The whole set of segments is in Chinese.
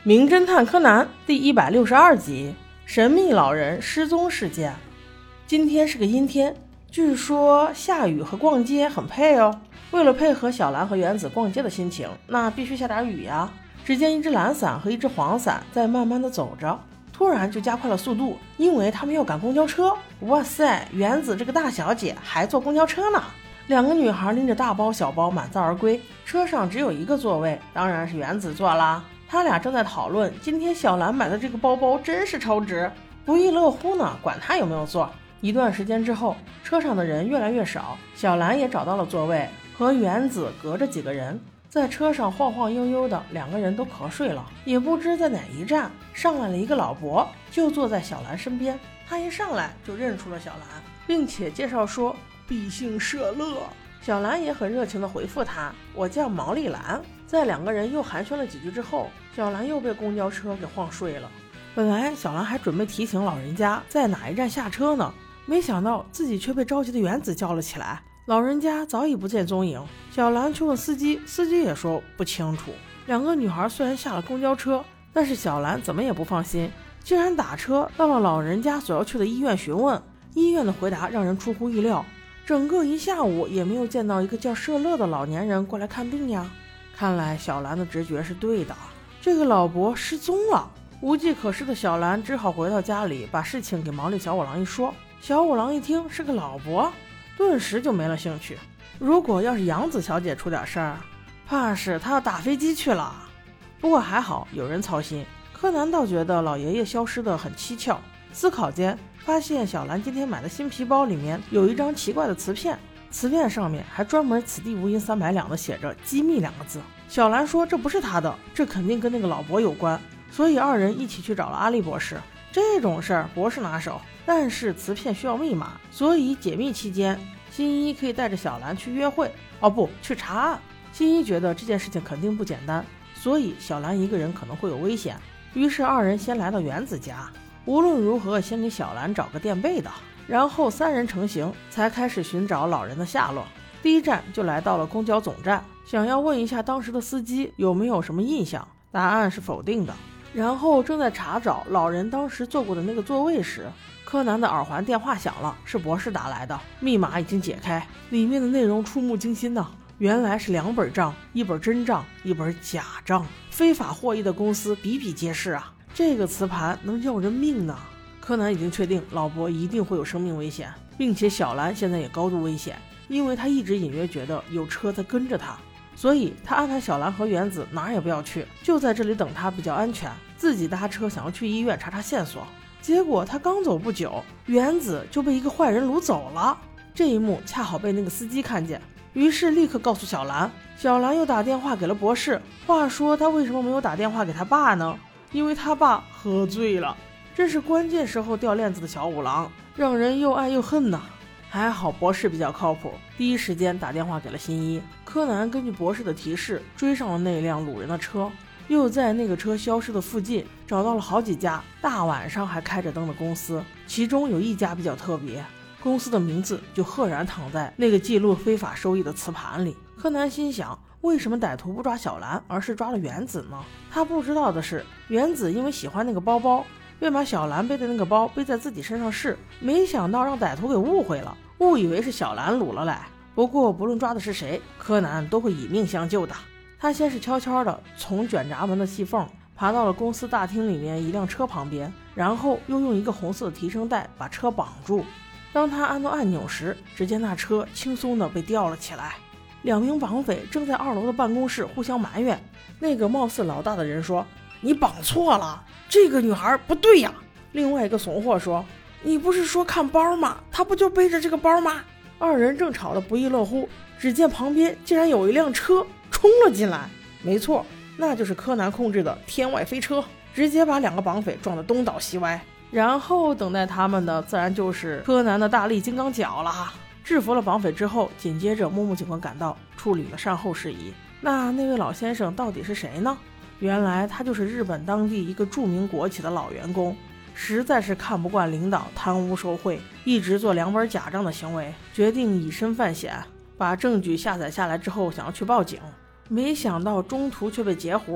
名侦探柯南第162集，神秘老人失踪事件。今天是个阴天，据说下雨和逛街很配哦。为了配合小兰和原子逛街的心情，那必须下点雨呀。只见一只蓝伞和一只黄伞在慢慢的走着，突然就加快了速度，因为他们要赶公交车。哇塞，原子这个大小姐还坐公交车呢。两个女孩拎着大包小包满载而归，车上只有一个座位，当然是原子坐啦。他俩正在讨论今天小兰买的这个包包真是超值，不亦乐乎呢，管他有没有座。一段时间之后，车上的人越来越少，小兰也找到了座位，和原子隔着几个人，在车上晃晃悠悠的，两个人都瞌睡了。也不知在哪一站上来了一个老伯，就坐在小兰身边。他一上来就认出了小兰，并且介绍说必姓舍勒。小兰也很热情地回复他，我叫毛利兰。在两个人又寒暄了几句之后，小兰又被公交车给晃睡了。本来小兰还准备提醒老人家在哪一站下车呢，没想到自己却被着急的原子叫了起来。老人家早已不见踪影，小兰去问司机，司机也说不清楚。两个女孩虽然下了公交车，但是小兰怎么也不放心，竟然打车到了老人家所要去的医院询问。医院的回答让人出乎意料，整个一下午也没有见到一个叫舍勒的老年人过来看病呀。看来小兰的直觉是对的，这个老伯失踪了。无计可施的小兰只好回到家里，把事情给毛利小五郎一说。小五郎一听是个老伯，顿时就没了兴趣。如果要是杨子小姐出点事儿，怕是她要打飞机去了。不过还好有人操心，柯南倒觉得老爷爷消失得很蹊跷。思考间发现小兰今天买的新皮包里面有一张奇怪的瓷片，瓷片上面还专门此地无银300两的写着机密2个字。小兰说这不是她的，这肯定跟那个老伯有关，所以二人一起去找了阿笠博士。这种事儿博士拿手，但是瓷片需要密码，所以解密期间新一可以带着小兰去约会，去查案。新一觉得这件事情肯定不简单，所以小兰一个人可能会有危险，于是二人先来到原子家，无论如何先给小兰找个垫背的，然后三人成行，才开始寻找老人的下落。第一站就来到了公交总站，想要问一下当时的司机有没有什么印象，答案是否定的。然后正在查找老人当时坐过的那个座位时，柯南的耳环电话响了，是博士打来的，密码已经解开，里面的内容触目惊心呐，原来是2本账，一本真账，一本假账，非法获益的公司比比皆是啊，这个磁盘能要人命呢。柯南已经确定老伯一定会有生命危险，并且小兰现在也高度危险，因为他一直隐约觉得有车在跟着他，所以他安排小兰和原子哪儿也不要去，就在这里等他比较安全，自己搭车想要去医院查查线索。结果他刚走不久，原子就被一个坏人掳走了。这一幕恰好被那个司机看见，于是立刻告诉小兰。小兰又打电话给了博士，话说他为什么没有打电话给他爸呢？因为他爸喝醉了。真是关键时候掉链子的小五郎，让人又爱又恨呐。还好博士比较靠谱，第一时间打电话给了新一。柯南根据博士的提示追上了那辆掳人的车，又在那个车消失的附近找到了好几家大晚上还开着灯的公司，其中有一家比较特别，公司的名字就赫然躺在那个记录非法收益的磁盘里。柯南心想，为什么歹徒不抓小兰而是抓了原子呢？他不知道的是，原子因为喜欢那个包包，便把小兰背的那个包背在自己身上试，没想到让歹徒给误会了，误以为是小兰掳了来。不过不论抓的是谁，柯南都会以命相救的。他先是悄悄地从卷闸门的细缝爬到了公司大厅里面一辆车旁边，然后又用一个红色的提绳带把车绑住。当他按到按钮时，只见那车轻松地被吊了起来。2名绑匪正在2楼的办公室互相埋怨。那个貌似老大的人说，你绑错了，这个女孩不对呀。另外一个怂货说，你不是说看包吗？她不就背着这个包吗？二人正吵得不亦乐乎，只见旁边竟然有一辆车冲了进来。没错，那就是柯南控制的天外飞车，直接把2个绑匪撞得东倒西歪。然后等待他们的自然就是柯南的大力金刚脚了。制服了绑匪之后，紧接着木木警官赶到，处理了善后事宜。那位老先生到底是谁呢？原来他就是日本当地一个著名国企的老员工，实在是看不惯领导贪污受贿，一直做2本假账的行为，决定以身犯险，把证据下载下来之后想要去报警，没想到中途却被截胡。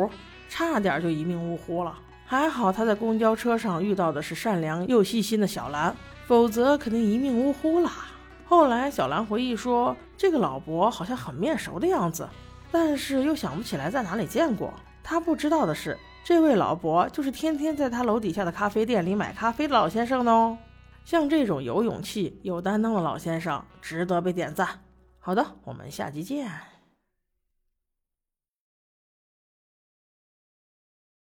差点就一命呜呼了。还好他在公交车上遇到的是善良又细心的小兰，否则肯定一命呜呼了。后来小兰回忆说，这个老伯好像很面熟的样子，但是又想不起来在哪里见过。他不知道的是，这位老伯就是天天在他楼底下的咖啡店里买咖啡的老先生呢哦。像这种有勇气有担当的老先生值得被点赞。好的，我们下集见。